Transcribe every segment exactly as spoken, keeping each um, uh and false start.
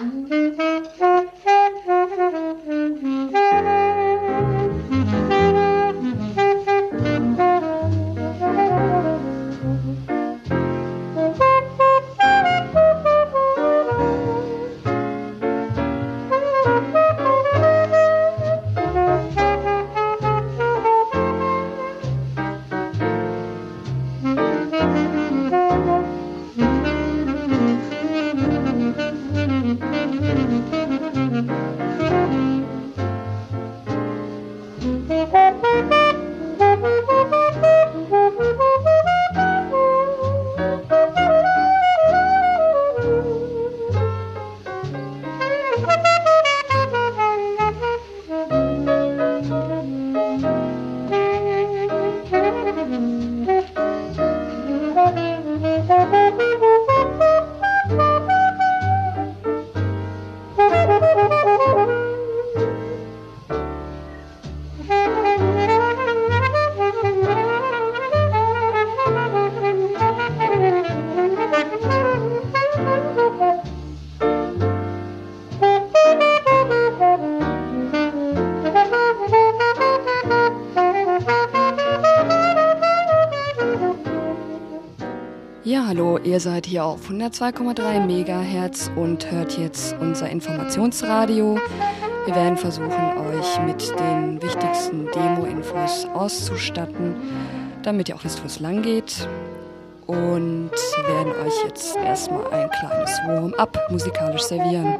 Ihr seid hier auf hundertzwei Komma drei Megahertz und hört jetzt unser Informationsradio. Wir werden versuchen, euch mit den wichtigsten Demo-Infos auszustatten, damit ihr auch wisst, wo es lang geht. Und werden euch jetzt erstmal ein kleines Warm-up musikalisch servieren.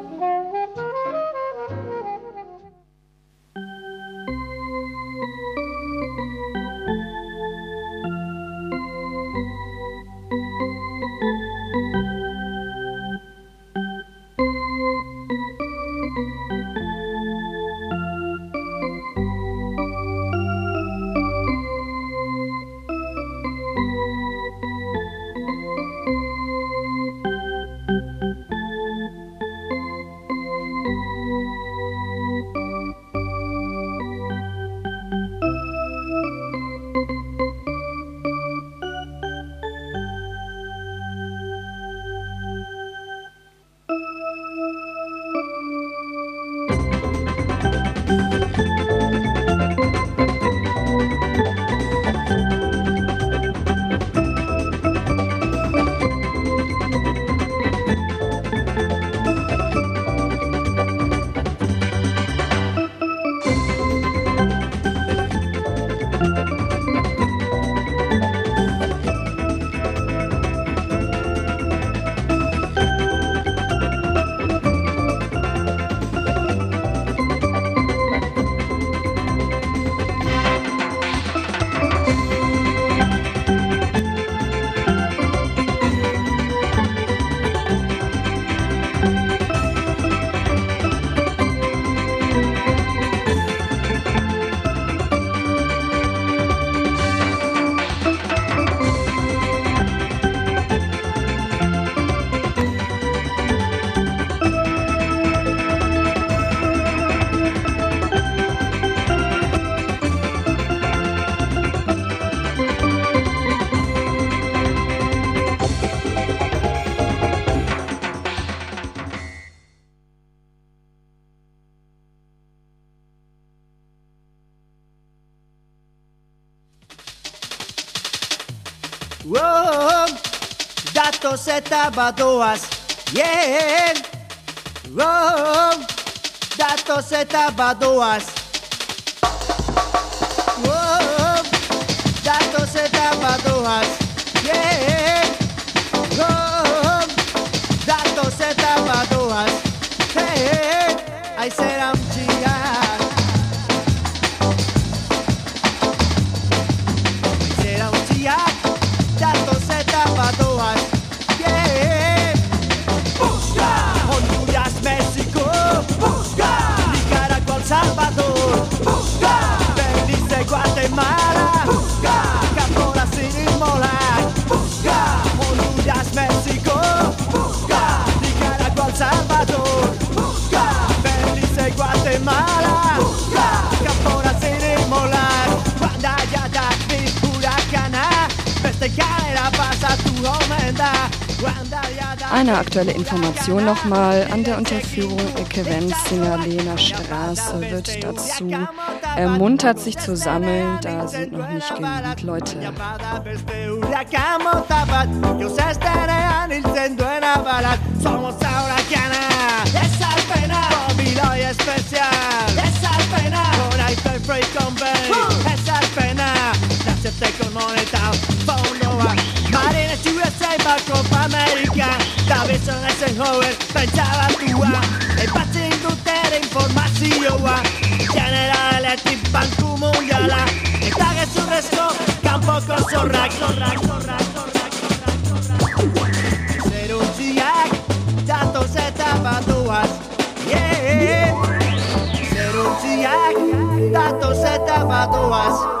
Whoa, datos eta badoaz, yeah. Whoa, datos eta badoaz. Whoa, datos eta badoaz, yeah. Whoa, datos eta badoaz, hey, aizera untxiak. Aizera untxiak. Datos eta badoaz, yeah. Busca Honduras, México. Busca Nicaragua, El Salvador. Busca Belice, Guatemala. Busca Brasil y Mola. Eine aktuelle Information nochmal: An der Unterführung Ecke Wenzinger Lehner Straße wird dazu ermuntert, sich zu sammeln. Da sind noch nicht genügend Leute. Marines U S A va Copa America, Davison Eisenhower pensava tua, e pazzi in tutte informazioa, General Electric Banco Mondiala, e taghe sul resto, campo con sorrac, sorrac, sorrac, sorrac, sorrac. Serunziak, dato se tabatuas, yeah. Serunziak, dato se tabatuas.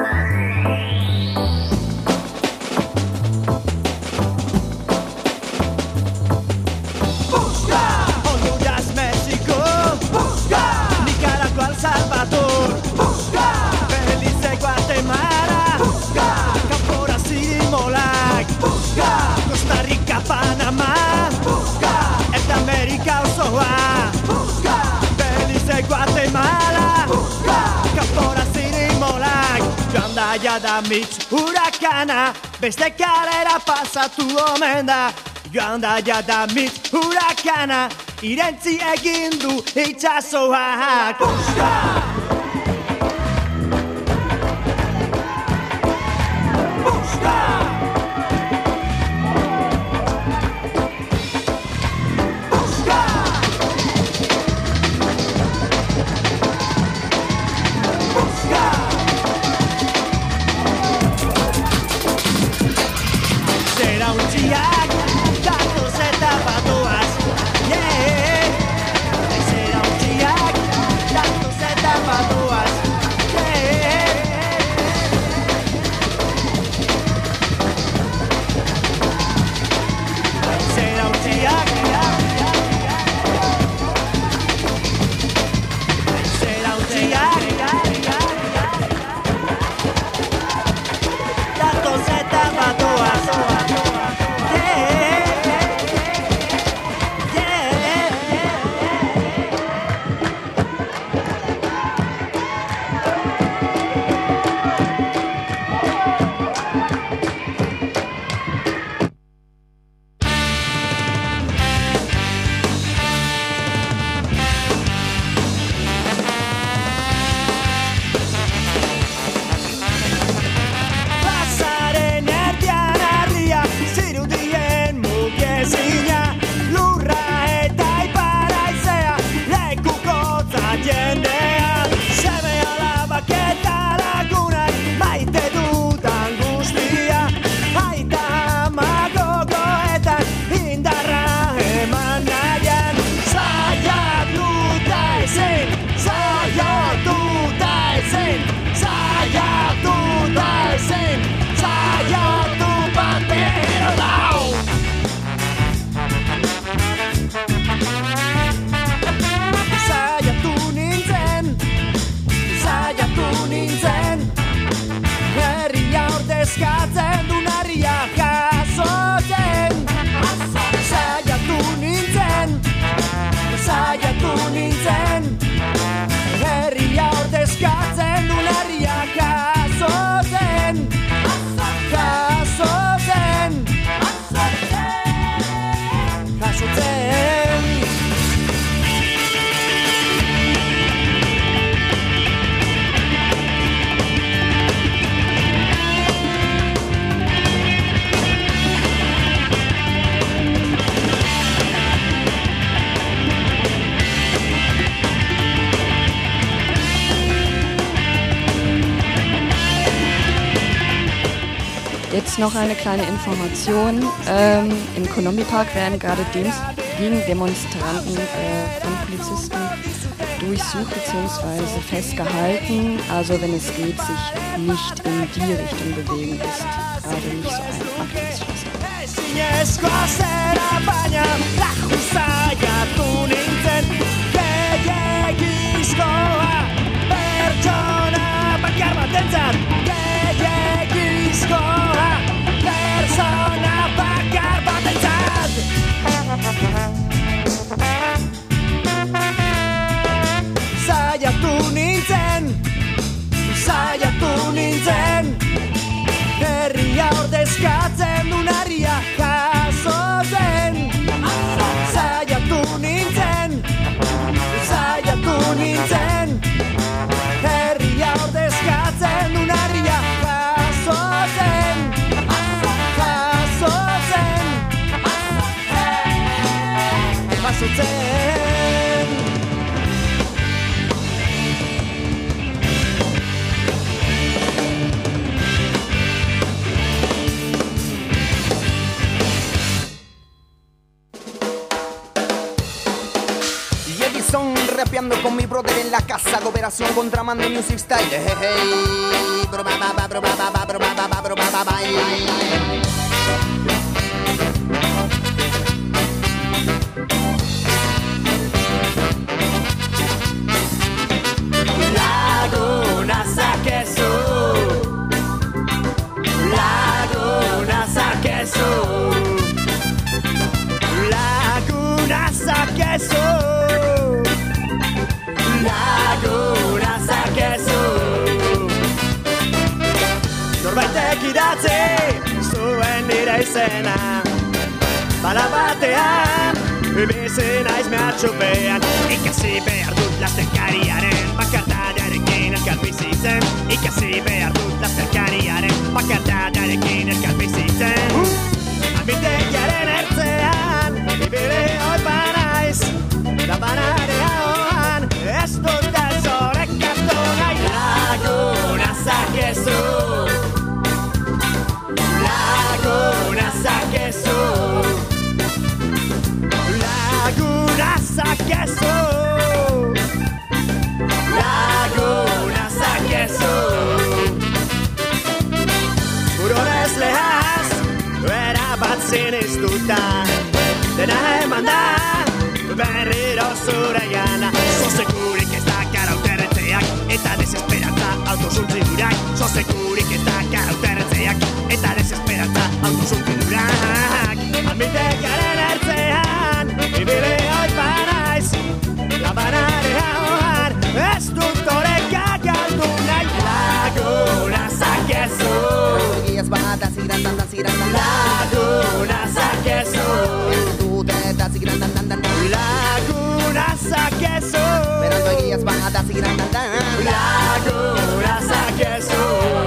Salvador, busca, Belice, Guatemala, busca, Campora, Molac, busca, Costa Rica, Panamá, busca, Esta América, Ozoa, busca, Belice, Guatemala, busca, Campora, Molac, Janda, Yadamich, Huracana, beste kalera pasa tu omenda, Janda, Yadamich, Huracana, irentzi egin du itxasoak. Buska! Buska! Buska! Buska! Será un chiak, datos eta batoaz. Yeah, será un chiak, datos eta batoaz. Yeah, será un chiak, será un chiak, datos eta batoaz. Jetzt noch eine kleine Information. Ähm, Im Konombi Park werden gerade Dems gegen Demonstranten äh, von Polizisten durchsucht bzw. festgehalten. Also wenn es geht, sich nicht in die Richtung bewegen, ist gerade nicht so einfach. Persona bakar batentzat izutzen. Y Edison rapeando con mi brother en la casa, cooperación contra Mando Music Style. Hey, hey, bro, ba, ba, ba, bro, ba, ba, ba, bro, ba, ba, ba, bro, ba, ba, ba. Laguna Sakesu, Laguna Sakesu, Laguna Sakesu, Laguna Sakesu. Norbaitek idatzi zuen nire izena, bala batean bizi naiz mehatxupean. Ikasi behar dut lasterkariaren bakartadarekin elkar bizitzen. Ikasi behar dut lasterkariaren bakartadarekin elkar bizitzen. Amitekiaren ertzean ibili oipa naiz, labanarean ez dut ez horrekatu nahi. Laguna Sakesu, Laguna Sakesu, Laguna Sakesu, Laguna Sakesu. Buronez lehaz, erabat ziniztuta, dena eman da, berriro zure gana. Zozekurik ez da karauterretzeak, eta desesperatza autosuntzidurak. Zozekurik ez da karauterretzeak, eta desesperatza autosuntzidurak. Amitekiaren ertzean, ibili oipa naiz, labanarean ez dut oreka galdu nahi. Laguna Sakesu, Laguna Sakesu, Laguna Sakesu, Laguna Sakesu.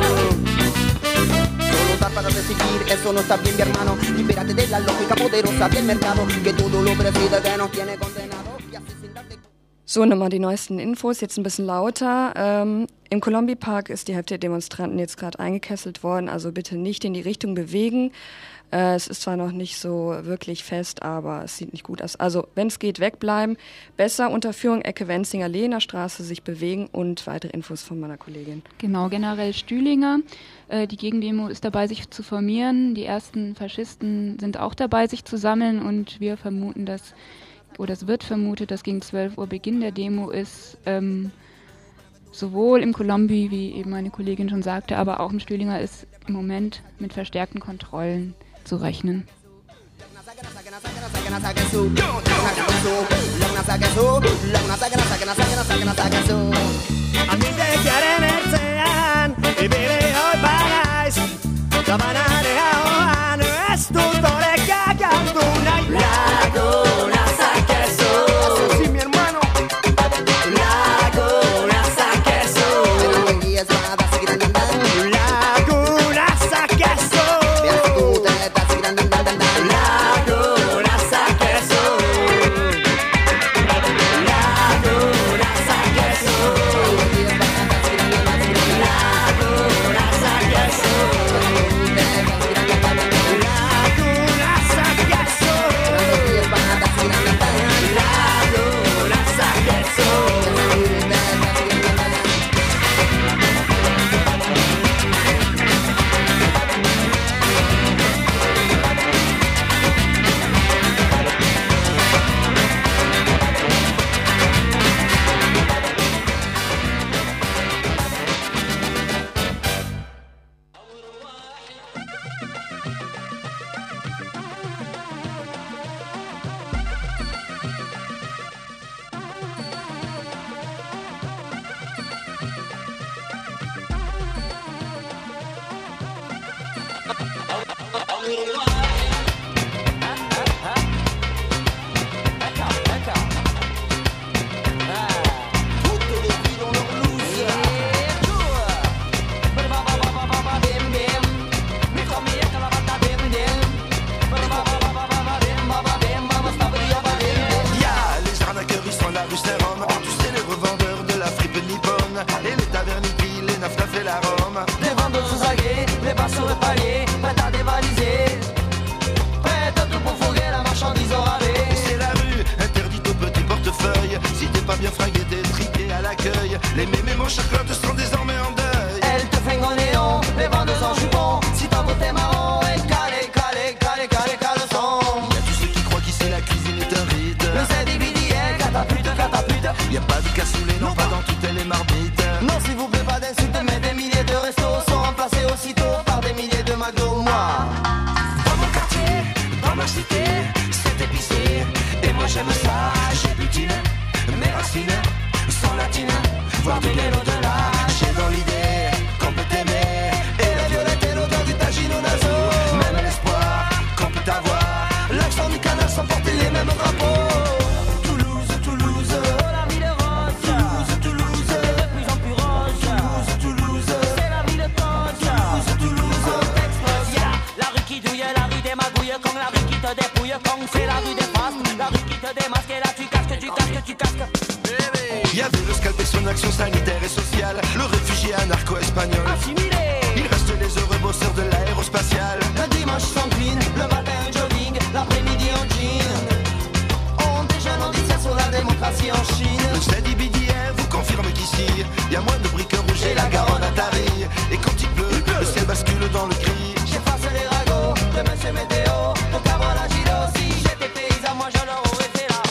Para recibir, eso no está bien, mi hermano. Libérate de la lógica poderosa del mercado, que todo lo preside, que nos tiene condenado. Y así sin darte... So, nochmal die neuesten Infos, jetzt ein bisschen lauter. Ähm, Im Columbia Park ist die Hälfte der Demonstranten jetzt gerade eingekesselt worden, also bitte nicht in die Richtung bewegen. Äh, es ist zwar noch nicht so wirklich fest, aber es sieht nicht gut aus. Also, wenn es geht, wegbleiben. Besser unter Führung Ecke Wenzinger Lehner Straße sich bewegen und weitere Infos von meiner Kollegin. Genau, General Stühlinger. Äh, die Gegendemo ist dabei, sich zu formieren. Die ersten Faschisten sind auch dabei, sich zu sammeln, und wir vermuten, dass, oder es wird vermutet, dass gegen zwölf Uhr Beginn der Demo ist. Ähm, sowohl im Columbia, wie eben meine Kollegin schon sagte, aber auch im Stühlinger ist im Moment mit verstärkten Kontrollen zu rechnen. Amitekiaren ertzean ibili oipa naiz, labanarean ez dut oreka galdu nahi. Laguna Sakesu, sí, mi hermano. Laguna Sakesu, Laguna Sakesu, Laguna Sakesu, Laguna Sakesu, Laguna Sakesu, Laguna Sakesu. Les mémés mon cher Claude sont désormais en deuil. Elle te fait en néon, les vendeuses en jupon. Si t'en t'es marrant, et calé, calé, calé, calé, calé le son. Y'a tous ceux qui croient qu'ici la cuisine est un rite. Le Z D B D est catapute, catapute. Y'a pas de cassoulet, non, pas dans toutes les marmites. Non, s'il vous plaît, pas d'insultes, mais des milliers de restos sont remplacés aussitôt par des milliers de McDo. Moi, dans mon quartier, dans ma cité, c'est épicé. Et moi j'aime ça, j'ai butine. Mes racines sont latines. Voir du lait au-delà, j'ai dans l'idée qu'on peut t'aimer. Et la violette et l'odeur du tagine au naso. Même l'espoir qu'on peut avoir. L'accent du canal sans porter les mêmes drapeaux. Toulouse, Toulouse, oh la ville rose. Toulouse, Toulouse, de plus en plus rose. Toulouse, Toulouse, c'est la ville rose. Toulouse, Toulouse, explose. Yeah. La rue qui douille, la rue des magouilles, quand la rue qui te dépouille, quand c'est la rue des fastes, la rue qui te démasque et là tu casques, tu casques, tu casques. Il y avait le scalp et son action sanitaire et sociale. Le réfugié anarcho-espagnol Assimilé. Il reste les heureux bosseurs de l'aérospatiale. Le dimanche sans clean, le matin jogging, l'après-midi en jean. On déjeune, on dit ça sur la démocratie en Chine. Le Z D B D vous confirme qu'ici y a moins de briques rouges et la Garonne à Tari. Et quand il pleut, le ciel bascule dans le gris. J'efface les ragots de Monsieur Météo. Donc avant la Gilo, si j'étais paysan, moi je leur aurais fait là.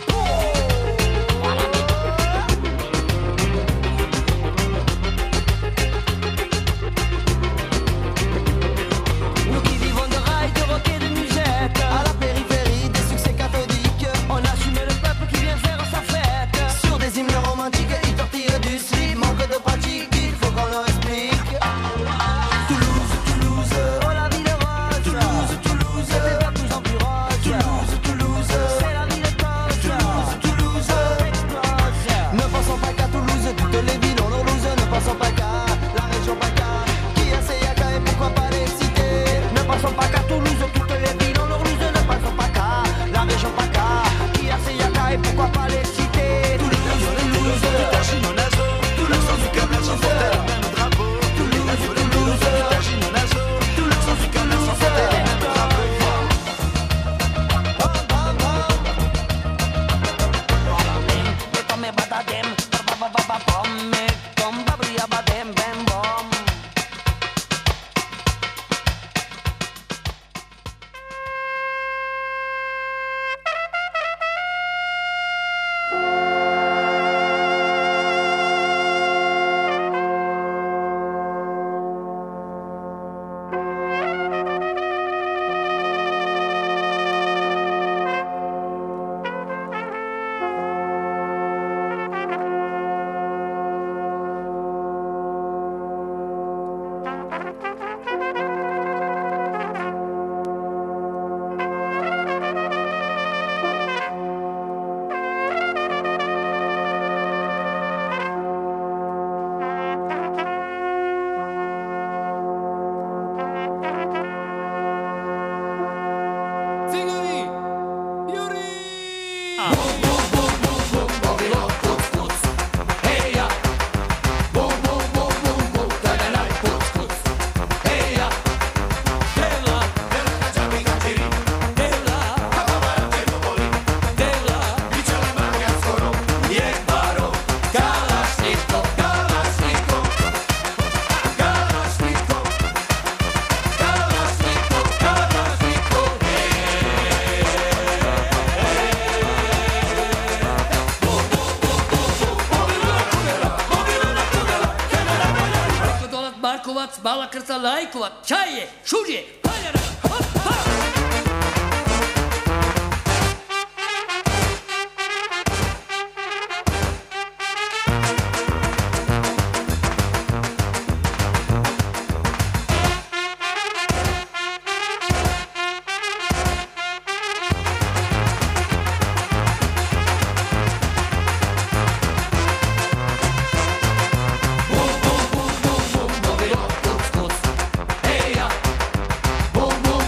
Nous qui vivons de rails, de rock et de musette, à la périphérie des succès cathodiques, on assume le peuple qui vient faire sa fête. Sur des hymnes romantiques, ils tortillent du slip. Manque de pratique, il faut qu'on leur explique. Toulouse, Toulouse, oh la ville rose. Toulouse, Toulouse, c'est de plus en plus rose. Toulouse, Toulouse, c'est la ville rose. Toulouse, Toulouse, explose. Ne pensons pas qu'à Toulouse, toutes les villes ont leur loose. Ne pensons pas qu'à la région PACA, qui a ses yaka et pourquoi pas les citer. Ne pensons pas qu'à Toulouse, toutes les villes ont leur loose. Ne pensons pas qu'à la région PACA, qui a ses yaka et pourquoi pas les citer. Toulouse, Toulouse, Du tagine au naso, tout l'accent du canal sans porter le même drapeau. Toulouse, Toulouse, du tagine au naso, tout l'accent du canal sans porter le même drapeau. Tome badadem, ba ba ba ba bom, me tom babria badem bem bom. Markovac, Balakrta, Lajkovac, Čaje, Šurje, Paljara, hop, hop! Boom, boom,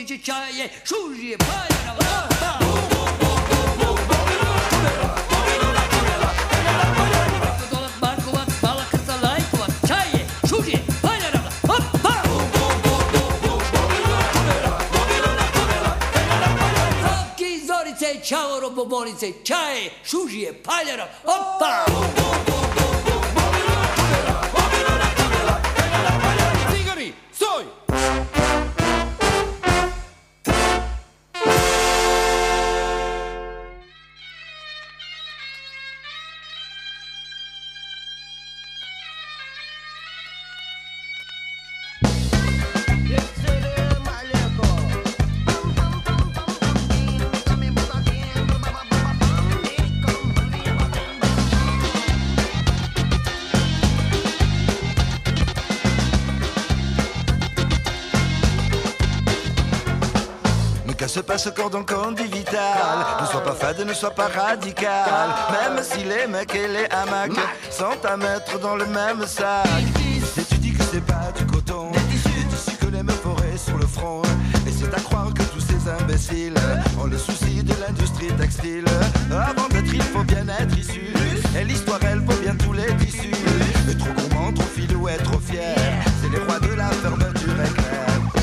volite ciaie, sciugi e poi ciao robobolice, ciao, sciugi e pagliaro, oppa! Zingari, soi! Se passe au cordon conduit vital. Ne sois pas fade, ne sois pas radical. Même si les mecs et les hamacs sont à mettre dans le même sac. Et tu dis que c'est pas du coton, du tissu que les meufs forêts sur le front. Et c'est à croire que tous ces imbéciles ont le souci de l'industrie textile. Avant d'être il faut bien être issu. Et l'histoire elle vaut bien tous les tissus. Et trop gourmand, trop filou et trop fier, c'est les rois de la fermeture éclair.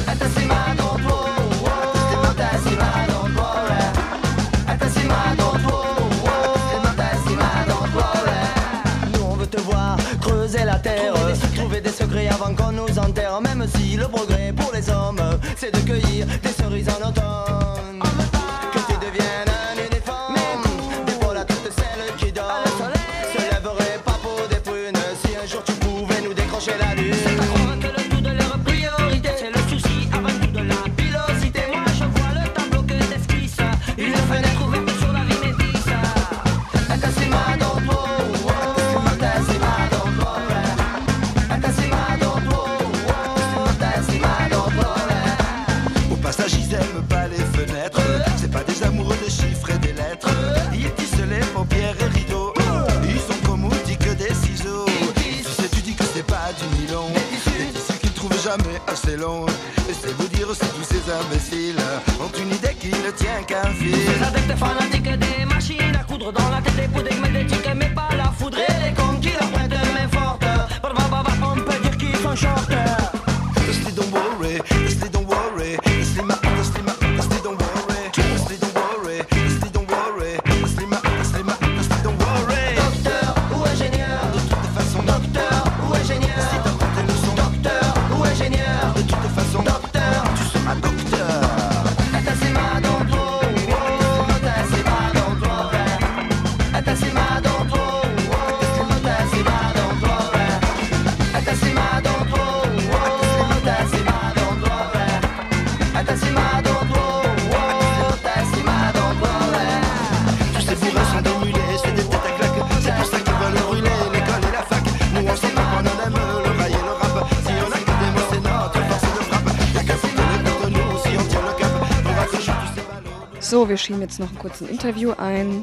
La terre, trouver des secrets avant qu'on nous enterre. Même si le progrès pour les hommes, c'est de cueillir des cerises en automne. Que tu deviennes un uniforme, d'épaule à toutes celles qui dorment, se lèveraient pas pour des prunes si un jour tu pouvais nous décrocher la lune. C'est à croire que le tout de leur priorité, c'est le souci avant tout de la pilosité. Moi je vois le tableau que t'esquisses, une fenêtre ouverte sur la vie métisse. Ils aiment pas les fenêtres, c'est pas des amoureux des chiffres et des lettres. Ils tissent les paupières et rideaux, ils sont trop moutis que des ciseaux. Tu sais, tu dis que c'est pas du nylon, des tissus qu'ils trouvent jamais assez longs. Et c'est vous dire si tous ces imbéciles ont une idée qui ne tient qu'un fil. Ces adeptes fanatiques des machines à coudre dans la tête des poudres médiatiques, mais pas la foudre et les cons qui leur prêtent main forte. On peut dire qu'ils sont short. Leslie, don't worry, Leslie, don't worry, Leslie, ma, Leslie, ma, Leslie, don't worry, Leslie, don't worry, Leslie, don't worry, Leslie, ma, Leslie, ma, Leslie, don't worry. Docteur ou ingénieur, de toute façon, docteur ou ingénieur, si t'as compté le son, docteur ou ingénieur, de toute façon, docteur, tu seras docteur. Atasima dans toi, atasima dans toi, atasima dans toi, atasima dans toi, atasima dans toi. Tous ces bourrins sont des mulets, c'est des têtes à claques. C'est pour ça qu'ils veulent brûler l'école et la fac. Nous on sait pas qu'on en aime le rail et le rap. Si on a que des mots c'est notre force de frappe. Y'a qu'un faut tenir contre nous si on tient le cap. On va accrocher tous ces ballons. So, wir schieben jetzt noch ein kurzes Interview ein.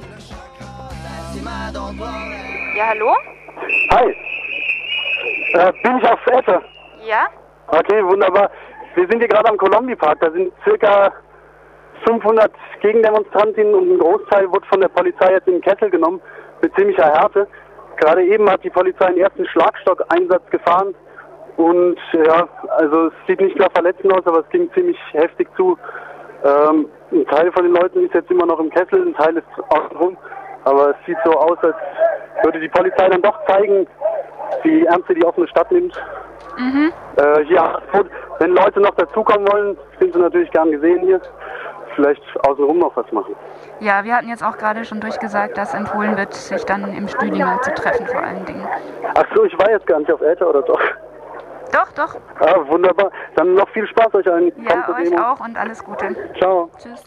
Ja, hallo? Hi. Äh, bin ich auf Äther? Ja? Okay, wunderbar. Wir sind hier gerade am Colombi-Park. Da sind circa fünfhundert Gegendemonstrantinnen und ein Großteil wurde von der Polizei jetzt in den Kessel genommen mit ziemlicher Härte. Gerade eben hat die Polizei einen ersten Schlagstock-Einsatz gefahren und ja, also es sieht nicht nach Verletzten aus, aber es ging ziemlich heftig zu. Ähm, ein Teil von den Leuten ist jetzt immer noch im Kessel, ein Teil ist außen rum, aber es sieht so aus, als würde die Polizei dann doch zeigen, wie ernst sie die offene Stadt nimmt. Mhm. Äh, ja, wenn Leute noch dazukommen wollen, sind sie natürlich gern gesehen hier. Vielleicht außenrum noch was machen. Ja, wir hatten jetzt auch gerade schon durchgesagt, dass empfohlen wird, sich dann im Stühlinger zu treffen vor allen Dingen. Ach so, ich war jetzt gar nicht auf Äther, oder doch? Doch, doch. Ah, wunderbar. Dann noch viel Spaß euch allen. Ja, euch Demo. Auch und alles Gute. Ciao. Tschüss.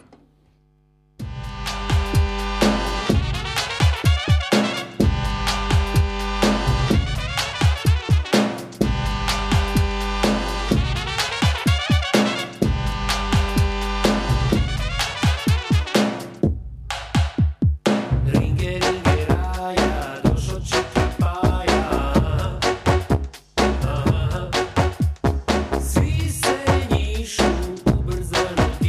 Svi se njišu, ubrzano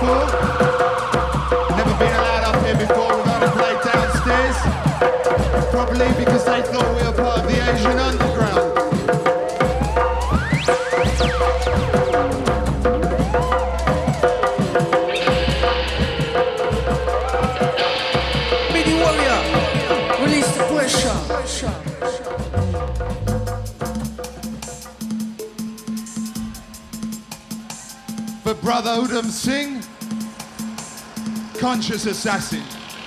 before? Never been allowed up here before, we're gonna play downstairs. Probably because they thought we were part of the Asian underground. Mini Warrior, release the pressure. For Brother Udham Singh, Conscious Assassin.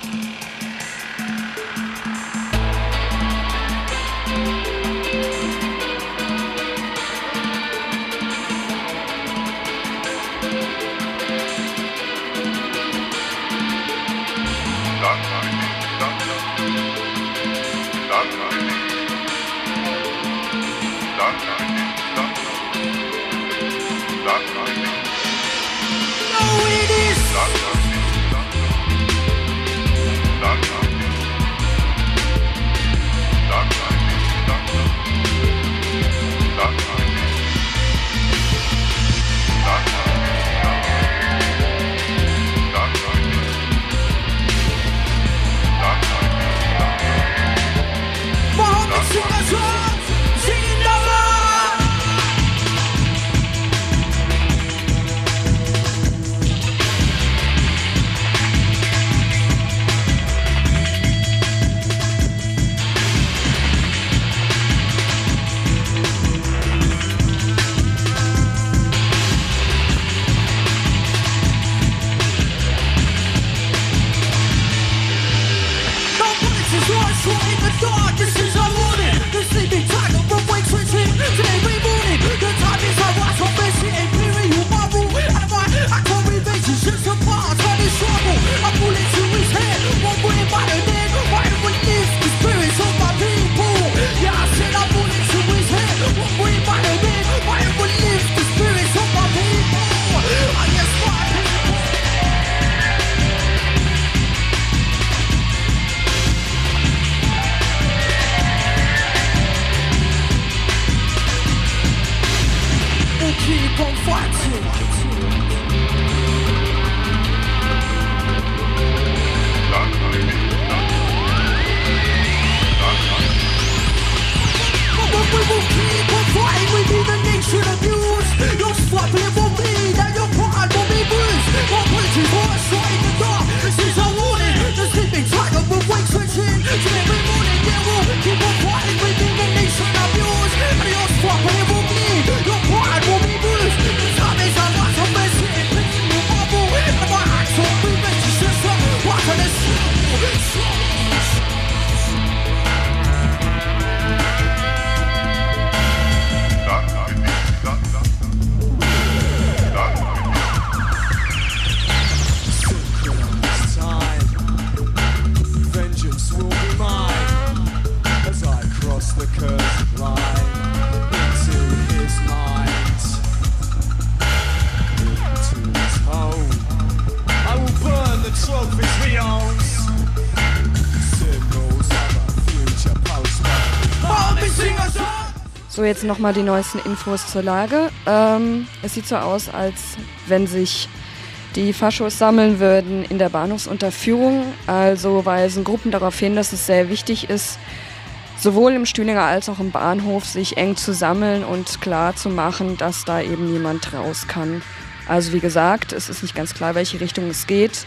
So, jetzt nochmal die neuesten Infos zur Lage. Ähm, es sieht so aus, als wenn sich die Faschos sammeln würden in der Bahnhofsunterführung. Also weisen Gruppen darauf hin, dass es sehr wichtig ist, sowohl im Stühlinger als auch im Bahnhof sich eng zu sammeln und klar zu machen, dass da eben niemand raus kann. Also wie gesagt, es ist nicht ganz klar, welche Richtung es geht.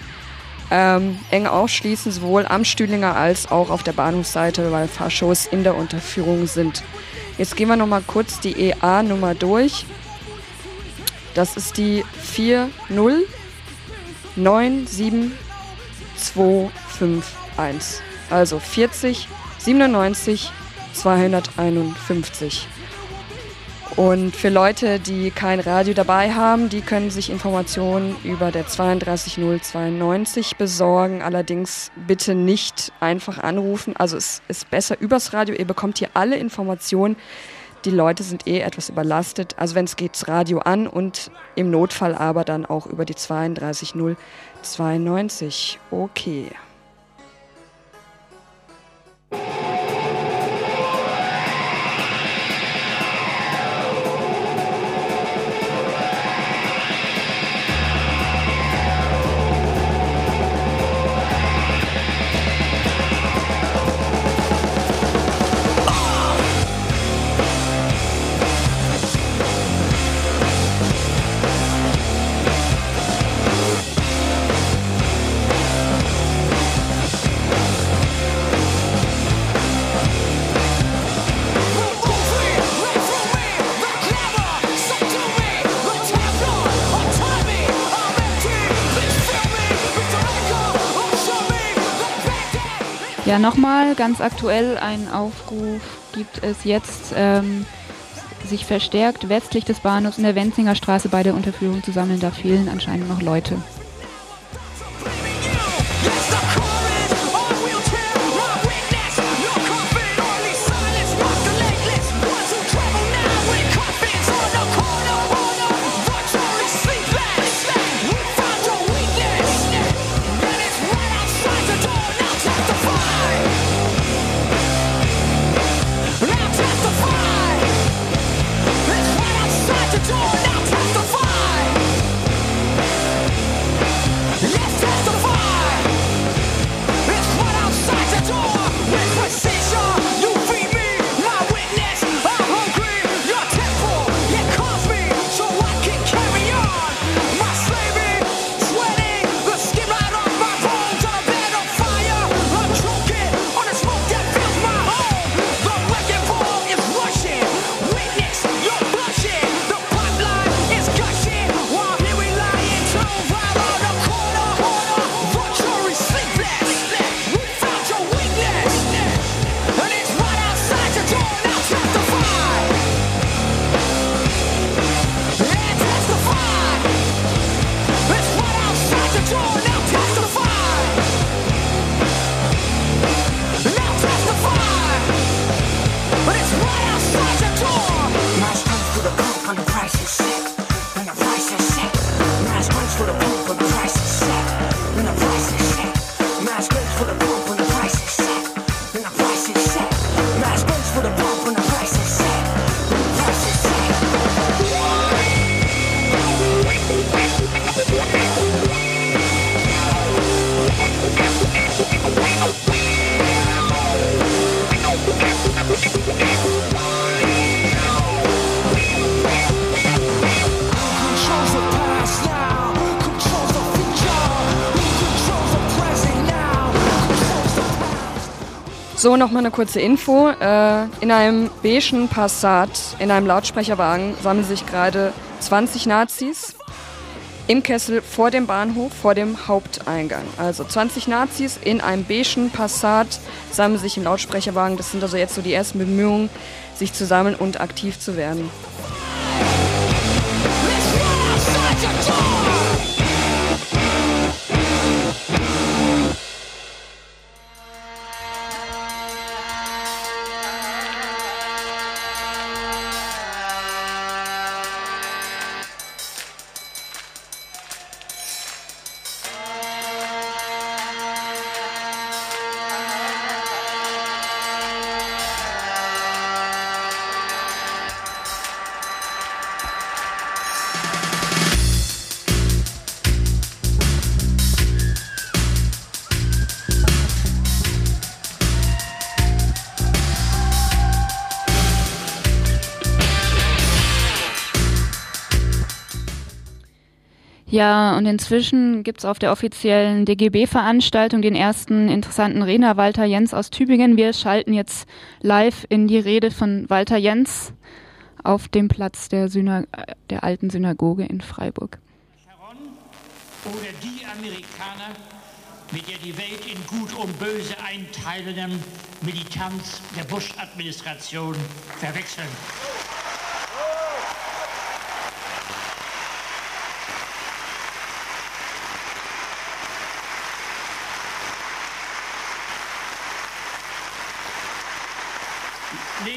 Ähm, eng ausschließen, sowohl am Stühlinger als auch auf der Bahnhofsseite, weil Faschos in der Unterführung sind. Jetzt gehen wir nochmal kurz die E A-Nummer durch. Das ist die vier null neun sieben zwei fünf eins. Also vierzig siebenundneunzig zweihunderteinundfünfzig. Und für Leute, die kein Radio dabei haben, die können sich Informationen über der zweiunddreißig null zweiundneunzig besorgen. Allerdings bitte nicht einfach anrufen. Also es ist besser übers Radio. Ihr bekommt hier alle Informationen. Die Leute sind eh etwas überlastet. Also wenn es geht, das Radio an und im Notfall aber dann auch über die zweiunddreißig null zweiundneunzig. Okay. Ja, nochmal ganz aktuell einen Aufruf gibt es jetzt, ähm, sich verstärkt westlich des Bahnhofs in der Wenzinger Straße bei der Unterführung zu sammeln. Da fehlen anscheinend noch Leute. So, nochmal eine kurze Info. Äh, in einem beigen Passat, in einem Lautsprecherwagen, sammeln sich gerade zwanzig Nazis im Kessel vor dem Bahnhof, vor dem Haupteingang. Also zwanzig Nazis in einem beigen Passat sammeln sich im Lautsprecherwagen. Das sind also jetzt so die ersten Bemühungen, sich zu sammeln und aktiv zu werden. Ja, und inzwischen gibt es auf der offiziellen D G B-Veranstaltung den ersten interessanten Redner, Walter Jens aus Tübingen. Wir schalten jetzt live in die Rede von Walter Jens auf dem Platz der, Syna- der alten Synagoge in Freiburg. Sharon oder die Amerikaner, mit der die Welt in Gut und Böse einteilenden Militanz der Bush-Administration verwechseln. Lesen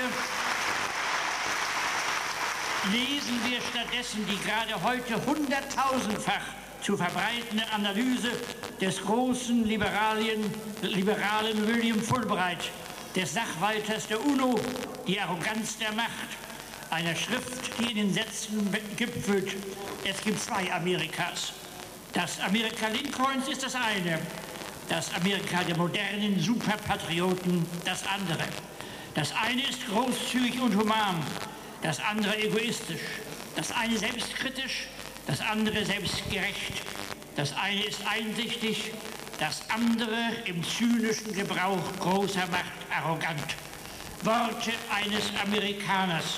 wir, lesen wir stattdessen die gerade heute hunderttausendfach zu verbreitende Analyse des großen Liberalien, liberalen William Fulbright, des Sachwalters der UNO, die Arroganz der Macht, einer Schrift, die in den Sätzen gipfelt: Es gibt zwei Amerikas. Das Amerika Lincolns ist das eine, das Amerika der modernen Superpatrioten das andere. Das eine ist großzügig und human, das andere egoistisch. Das eine selbstkritisch, das andere selbstgerecht. Das eine ist einsichtig, das andere im zynischen Gebrauch großer Macht arrogant. Worte eines Amerikaners.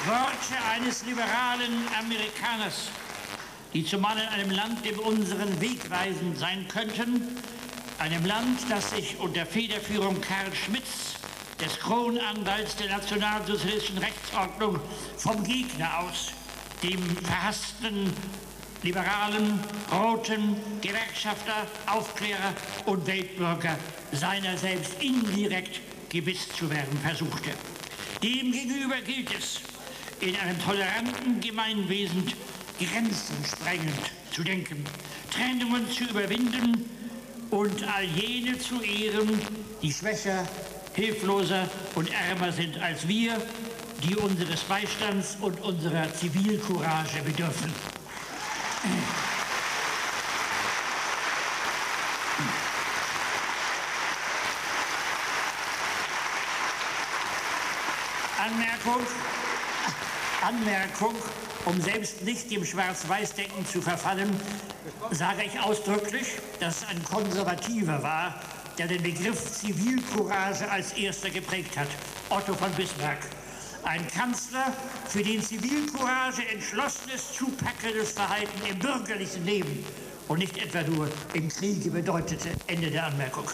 Worte eines liberalen Amerikaners, die zumal in einem Land dem unseren wegweisend sein könnten, einem Land, das sich unter Federführung Karl Schmitts, des Kronanwalts der nationalsozialistischen Rechtsordnung, vom Gegner aus, dem verhassten Liberalen, Roten, Gewerkschafter, Aufklärer und Weltbürger seiner selbst indirekt gebiss zu werden versuchte. Demgegenüber gilt es, in einem toleranten Gemeinwesen Grenzen sprengend zu denken, Trennungen zu überwinden und all jene zu ehren, die schwächer, hilfloser und ärmer sind als wir, die unseres Beistands und unserer Zivilcourage bedürfen. Anmerkung, Anmerkung, um selbst nicht dem Schwarz-Weiß-Denken zu verfallen, sage ich ausdrücklich, dass es ein Konservativer war, der den Begriff Zivilcourage als erster geprägt hat, Otto von Bismarck. Ein Kanzler, für den Zivilcourage entschlossenes, zupackendes Verhalten im bürgerlichen Leben und nicht etwa nur im Kriege bedeutete. Ende der Anmerkung.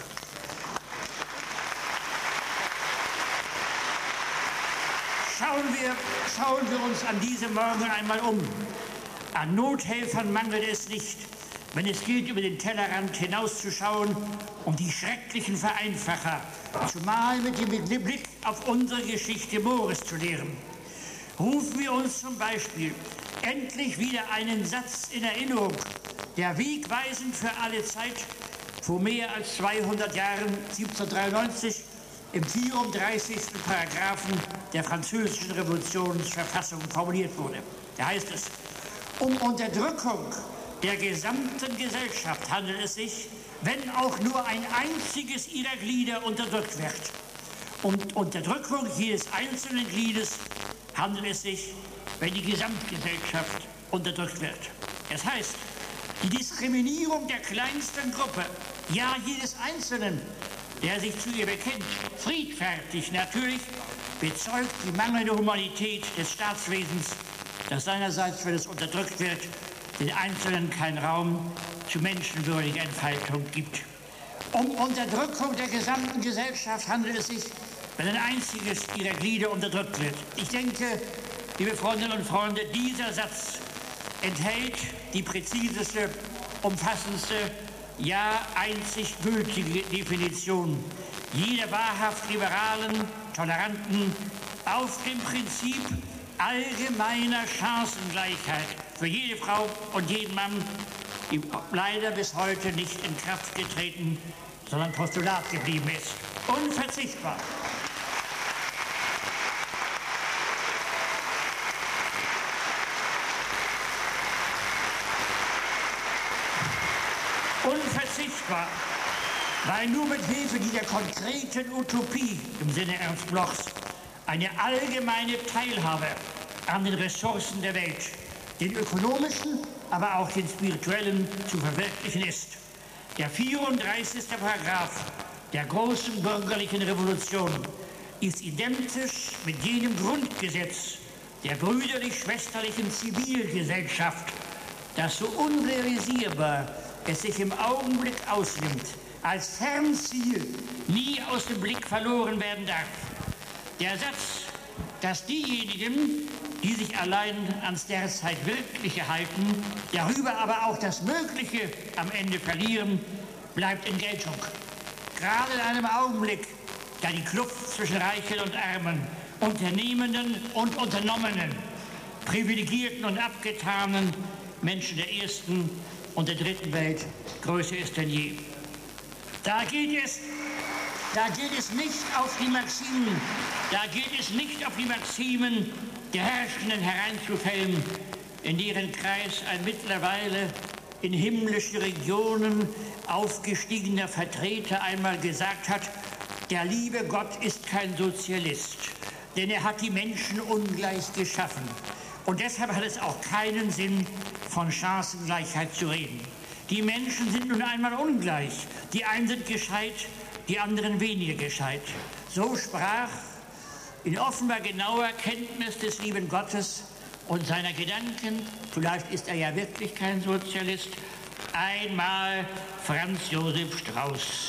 Schauen wir, schauen wir uns an diesem Morgen einmal um. An Nothelfern mangelt es nicht, wenn es gilt, über den Tellerrand hinauszuschauen und die schrecklichen Vereinfacher, zumal mit dem Blick auf unsere Geschichte Moores zu lehren. Rufen wir uns zum Beispiel endlich wieder einen Satz in Erinnerung, der wegweisend für alle Zeit vor mehr als zweihundert Jahren, siebzehnhundertdreiundneunzig, im vierunddreißigsten Paragraphen der französischen Revolutionsverfassung formuliert wurde. Da heißt es: Um Unterdrückung der gesamten Gesellschaft handelt es sich, wenn auch nur ein einziges ihrer Glieder unterdrückt wird. Um Unterdrückung jedes einzelnen Gliedes handelt es sich, wenn die Gesamtgesellschaft unterdrückt wird. Das heißt, die Diskriminierung der kleinsten Gruppe, ja jedes Einzelnen, der sich zu ihr bekennt, friedfertig natürlich, bezeugt die mangelnde Humanität des Staatswesens, das seinerseits, wenn es unterdrückt wird, den Einzelnen keinen Raum zu menschenwürdiger Entfaltung gibt. Um Unterdrückung der gesamten Gesellschaft handelt es sich, wenn ein einziges ihrer Glieder unterdrückt wird. Ich denke, liebe Freundinnen und Freunde, dieser Satz enthält die präziseste, umfassendste, ja einzig gültige Definition jeder wahrhaft liberalen, toleranten, auf dem Prinzip allgemeiner Chancengleichheit für jede Frau und jeden Mann, die leider bis heute nicht in Kraft getreten, sondern Postulat geblieben ist. Unverzichtbar. Unverzichtbar, weil nur mit Hilfe dieser konkreten Utopie im Sinne Ernst Blochs eine allgemeine Teilhabe an den Ressourcen der Welt, den ökonomischen, aber auch den spirituellen, zu verwirklichen ist. Der vierunddreißigste Paragraph der großen bürgerlichen Revolution ist identisch mit jenem Grundgesetz der brüderlich-schwesterlichen Zivilgesellschaft, das so unrealisierbar es sich im Augenblick ausnimmt, als Fernziel nie aus dem Blick verloren werden darf. Der Satz, dass diejenigen, die sich allein ans derzeit Wirkliche halten, darüber aber auch das Mögliche am Ende verlieren, bleibt in Geltung. Gerade in einem Augenblick, da die Kluft zwischen Reichen und Armen, Unternehmenden und Unternommenen, Privilegierten und Abgetanen, Menschen der ersten und der dritten Welt größer ist denn je. Da gilt es, da gilt es nicht auf die Maximen, da gilt es nicht auf die Maximen der Herrschenden hereinzufällen, in deren Kreis ein mittlerweile in himmlische Regionen aufgestiegener Vertreter einmal gesagt hat: Der liebe Gott ist kein Sozialist, denn er hat die Menschen ungleich geschaffen. Und deshalb hat es auch keinen Sinn, von Chancengleichheit zu reden. Die Menschen sind nun einmal ungleich. Die einen sind gescheit, die anderen weniger gescheit. So sprach in offenbar genauer Kenntnis des lieben Gottes und seiner Gedanken, vielleicht ist er ja wirklich kein Sozialist, einmal Franz Josef Strauß.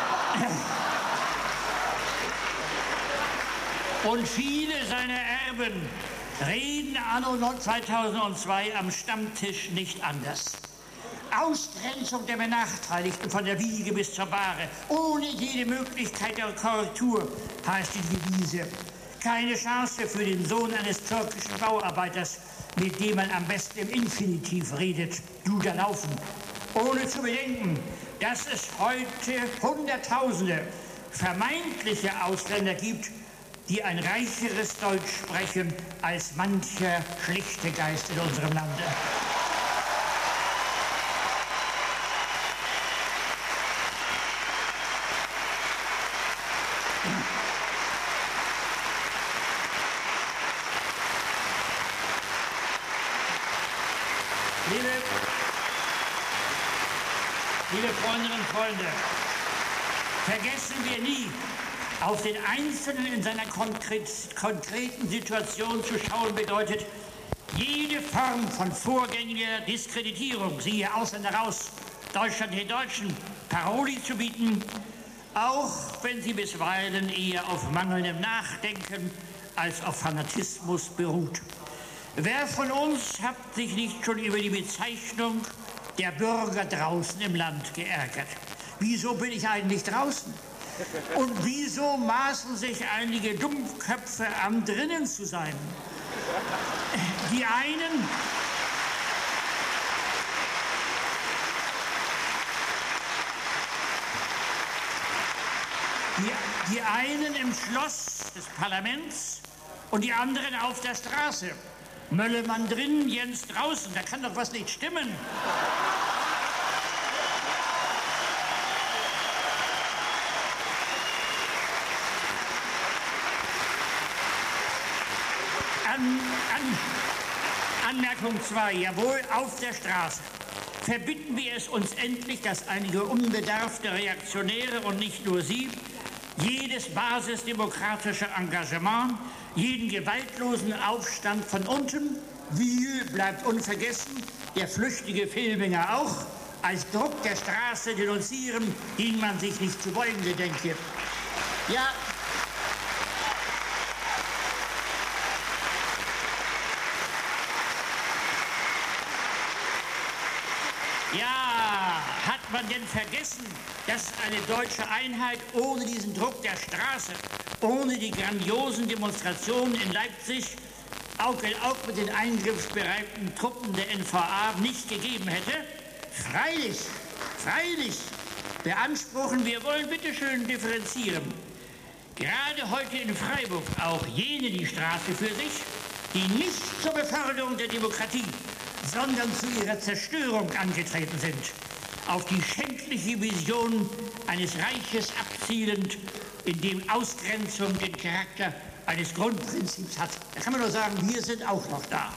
Und viele seiner Erben reden anno zweitausendzwei am Stammtisch nicht anders. Ausgrenzung der Benachteiligten von der Wiege bis zur Bahre, ohne jede Möglichkeit der Korrektur, heißt die Devise. Keine Chance für den Sohn eines türkischen Bauarbeiters, mit dem man am besten im Infinitiv redet, du da laufen. Ohne zu bedenken, dass es heute Hunderttausende vermeintliche Ausländer gibt, die ein reicheres Deutsch sprechen als mancher schlichte Geist in unserem Lande. Liebe, liebe Freundinnen und Freunde, vergessen wir nie, auf den Einzelnen in seiner konkret, konkreten Situation zu schauen bedeutet, jede Form von vorgängiger Diskreditierung, siehe Ausländer raus, Deutschland den Deutschen, Paroli zu bieten, auch wenn sie bisweilen eher auf mangelndem Nachdenken als auf Fanatismus beruht. Wer von uns hat sich nicht schon über die Bezeichnung der Bürger draußen im Land geärgert? Wieso bin ich eigentlich draußen? Und wieso maßen sich einige Dummköpfe an, drinnen zu sein? Die einen... Die, die einen im Schloss des Parlaments und die anderen auf der Straße. Möllemann drin, Jens draußen, da kann doch was nicht stimmen. An, an, Anmerkung zwei, jawohl, auf der Straße. Verbitten wir es uns endlich, dass einige unbedarfte Reaktionäre und nicht nur sie jedes basisdemokratische Engagement, jeden gewaltlosen Aufstand von unten, Wiel bleibt unvergessen, der flüchtige Filminger auch, als Druck der Straße denunzieren, den man sich nicht zu beugen gedenke. Ja, Ja, hat man denn vergessen, dass eine deutsche Einheit ohne diesen Druck der Straße, ohne die grandiosen Demonstrationen in Leipzig, Aug in Aug mit den eingriffsbereiten Truppen der N V A nicht gegeben hätte? Freilich, freilich beanspruchen, wir wollen bitteschön differenzieren. Gerade heute in Freiburg auch jene die Straße für sich, die nicht zur Beförderung der Demokratie, sondern zu ihrer Zerstörung angetreten sind. Auf die schändliche Vision eines Reiches abzielend, in dem Ausgrenzung den Charakter eines Grundprinzips hat. Da kann man nur sagen, wir sind auch noch da.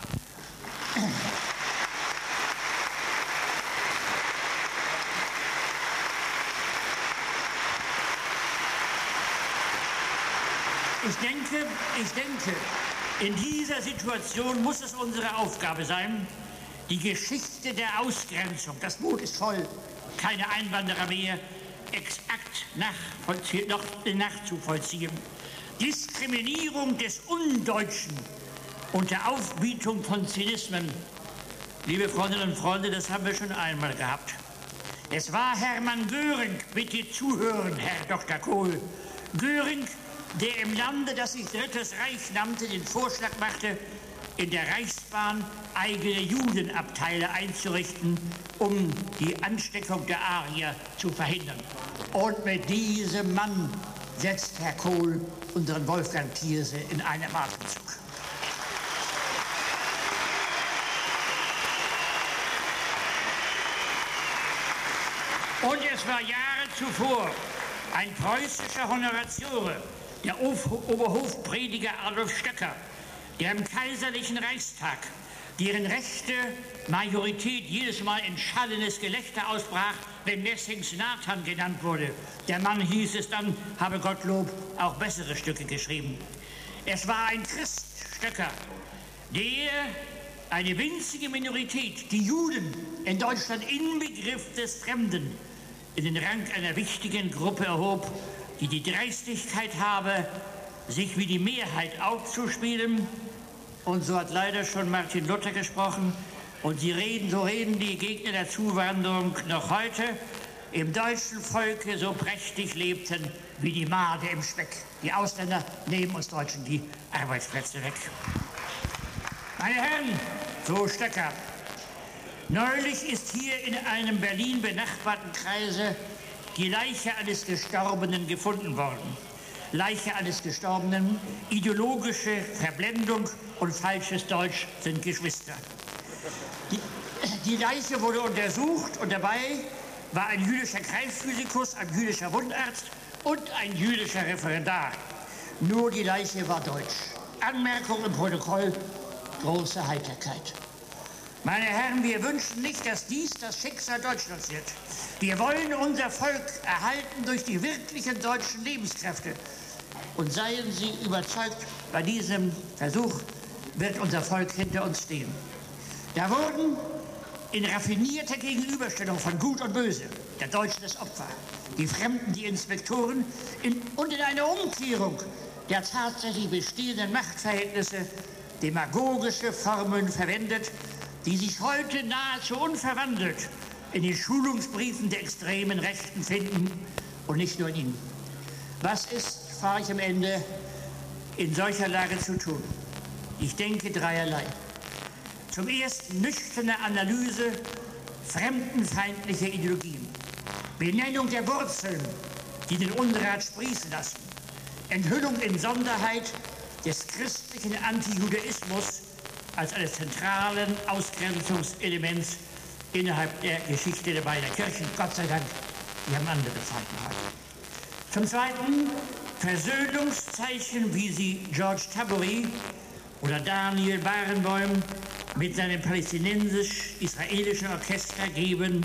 Ich denke, ich denke, in dieser Situation muss es unsere Aufgabe sein, die Geschichte der Ausgrenzung, das Boot ist voll, keine Einwanderer mehr, exakt nachzuvollziehen. Diskriminierung des Undeutschen unter Aufbietung von Zynismen. Liebe Freundinnen und Freunde, das haben wir schon einmal gehabt. Es war Hermann Göring, bitte zuhören, Herr Doktor Kohl. Göring, der im Lande, das sich Drittes Reich nannte, den Vorschlag machte, in der Reichsbahn eigene Judenabteile einzurichten, um die Ansteckung der Arier zu verhindern. Und mit diesem Mann setzt Herr Kohl unseren Wolfgang Thierse in einem Atemzug. Und es war Jahre zuvor ein preußischer Honoratiore, der Oberhofprediger Adolf Stöcker, der im kaiserlichen Reichstag, deren rechte Majorität jedes Mal in schallendes Gelächter ausbrach, wenn Lessings Nathan genannt wurde. Der Mann, hieß es dann, habe Gottlob auch bessere Stücke geschrieben. Es war ein Christ, Stöcker, der eine winzige Minorität, die Juden, in Deutschland Inbegriff des Fremden, in den Rang einer wichtigen Gruppe erhob, die die Dreistigkeit habe, sich wie die Mehrheit aufzuspielen. Und so hat leider schon Martin Luther gesprochen. Und sie reden, so reden die Gegner der Zuwanderung noch heute, im deutschen Volke so prächtig lebten wie die Made im Speck. Die Ausländer nehmen uns Deutschen die Arbeitsplätze weg. Meine Herren, so Stöcker, neulich ist hier in einem Berlin benachbarten Kreise die Leiche eines Gestorbenen gefunden worden. Leiche eines Gestorbenen, ideologische Verblendung und falsches Deutsch sind Geschwister. Die, die Leiche wurde untersucht und dabei war ein jüdischer Kreisphysikus, ein jüdischer Wundarzt und ein jüdischer Referendar. Nur die Leiche war deutsch. Anmerkung im Protokoll, große Heiterkeit. Meine Herren, wir wünschen nicht, dass dies das Schicksal Deutschlands wird. Wir wollen unser Volk erhalten durch die wirklichen deutschen Lebenskräfte. Und seien Sie überzeugt, bei diesem Versuch wird unser Volk hinter uns stehen. Da wurden in raffinierter Gegenüberstellung von Gut und Böse, der Deutsche das Opfer, die Fremden die Inspektoren in, und in einer Umkehrung der tatsächlich bestehenden Machtverhältnisse demagogische Formeln verwendet, die sich heute nahezu unverwandelt in den Schulungsbriefen der extremen Rechten finden und nicht nur in ihnen. Was ist, frage ich am Ende, in solcher Lage zu tun? Ich denke dreierlei. Zum ersten nüchterne Analyse fremdenfeindlicher Ideologien, Benennung der Wurzeln, die den Unrat sprießen lassen, Enthüllung in Sonderheit des christlichen Antijudaismus als eines zentralen Ausgrenzungselements innerhalb der Geschichte der beiden Kirchen. Gott sei Dank, wir haben andere Zeiten heute. Zum Zweiten Versöhnungszeichen, wie sie George Tabori oder Daniel Barenboim mit seinem palästinensisch-israelischen Orchester geben,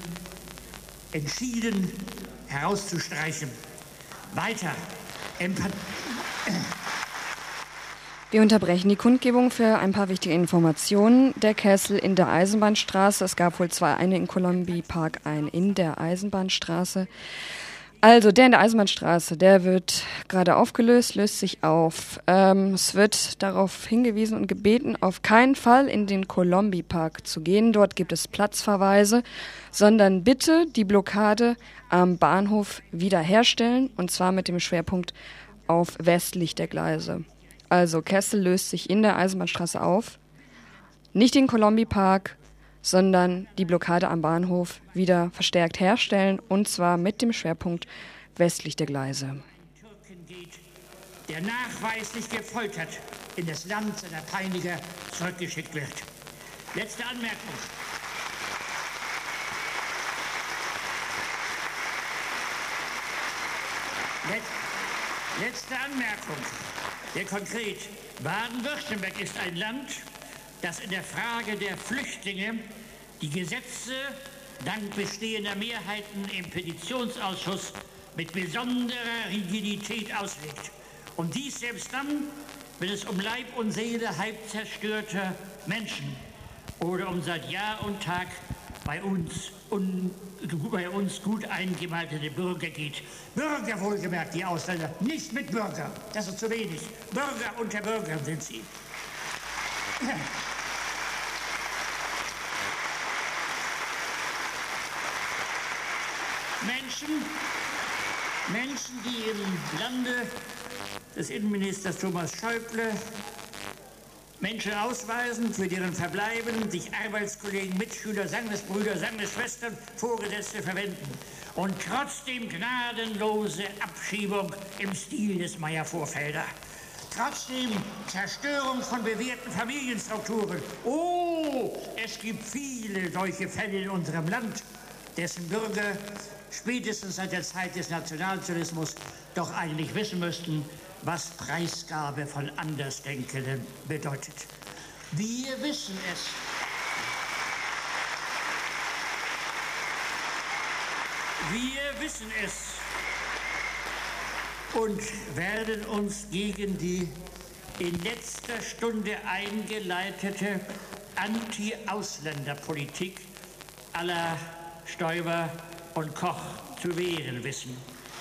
entschieden herauszustreichen. Weiter. Empathie. Wir unterbrechen die Kundgebung für ein paar wichtige Informationen. Der Kessel in der Eisenbahnstraße. Es gab wohl zwei, eine in Columbia Park, einen in der Eisenbahnstraße. Also der in der Eisenbahnstraße, der wird gerade aufgelöst, löst sich auf. Ähm, es wird darauf hingewiesen und gebeten, auf keinen Fall in den Columbia Park zu gehen. Dort gibt es Platzverweise, sondern bitte die Blockade am Bahnhof wiederherstellen, und zwar mit dem Schwerpunkt auf westlich der Gleise. Also Kessel löst sich in der Eisenbahnstraße auf, nicht den Columbia Park, sondern die Blockade am Bahnhof wieder verstärkt herstellen, und zwar mit dem Schwerpunkt westlich der Gleise. Der nachweislich gefoltert in das Land seiner Peiniger zurückgeschickt wird. Letzte Anmerkung. Let- Letzte Anmerkung. Sehr konkret. Baden-Württemberg ist ein Land, das in der Frage der Flüchtlinge die Gesetze dank bestehender Mehrheiten im Petitionsausschuss mit besonderer Rigidität auslegt. Und dies selbst dann, wenn es um Leib und Seele halb zerstörter Menschen oder um seit Jahr und Tag bei uns, un, bei uns gut eingemaltete Bürger geht. Bürger wohlgemerkt, die Ausländer, nicht mit Bürger, das ist zu wenig. Bürger unter Bürgern sind sie. Menschen, Menschen, die im Lande des Innenministers Thomas Schäuble Menschen ausweisen, für deren Verbleiben sich Arbeitskollegen, Mitschüler, Sangesbrüder, Sangesschwestern, Vorgesetzte verwenden. Und trotzdem gnadenlose Abschiebung im Stil des Meyer-Vorfelder. Trotzdem Zerstörung von bewährten Familienstrukturen. Oh, es gibt viele solche Fälle in unserem Land, dessen Bürger spätestens seit der Zeit des Nationalsozialismus doch eigentlich wissen müssten, was Preisgabe von Andersdenkenden bedeutet. Wir wissen es. Wir wissen es und werden uns gegen die in letzter Stunde eingeleitete Anti-Ausländerpolitik aller Stoiber und Koch zu wehren wissen.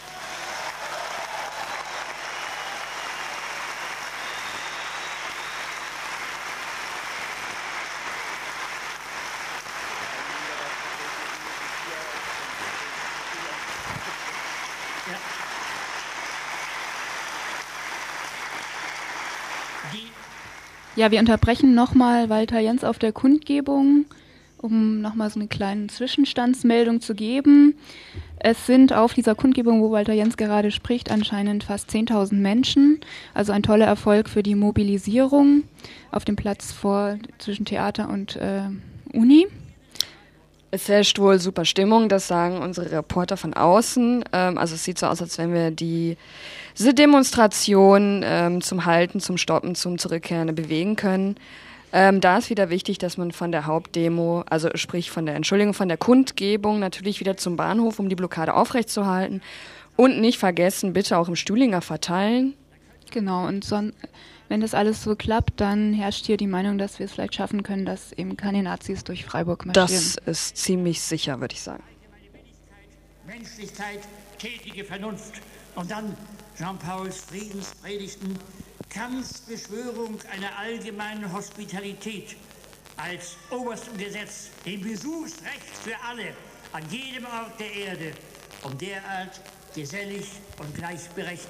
Ja, wir unterbrechen nochmal Walter Jens auf der Kundgebung, um nochmal so eine kleine Zwischenstandsmeldung zu geben. Es sind auf dieser Kundgebung, wo Walter Jens gerade spricht, anscheinend fast zehntausend Menschen. Also ein toller Erfolg für die Mobilisierung auf dem Platz vor zwischen Theater und äh, Uni. Es herrscht wohl super Stimmung, das sagen unsere Reporter von außen. Ähm, also es sieht so aus, als wenn wir die, diese Demonstration ähm, zum Halten, zum Stoppen, zum Zurückkehren bewegen können. Ähm, da ist wieder wichtig, dass man von der Hauptdemo, also sprich von der Entschuldigung, von der Kundgebung natürlich wieder zum Bahnhof, um die Blockade aufrechtzuerhalten. Und nicht vergessen, bitte auch im Stühlinger verteilen. Genau, und son- wenn das alles so klappt, dann herrscht hier die Meinung, dass wir es vielleicht schaffen können, dass eben keine Nazis durch Freiburg marschieren. Das ist ziemlich sicher, würde ich sagen. Menschlichkeit, tätige Vernunft und dann Jean-Pauls Friedenspredigten, Kants Beschwörung einer allgemeinen Hospitalität als oberstem Gesetz, dem Besuchsrecht für alle an jedem Ort der Erde, um derart gesellig und gleichberechtigt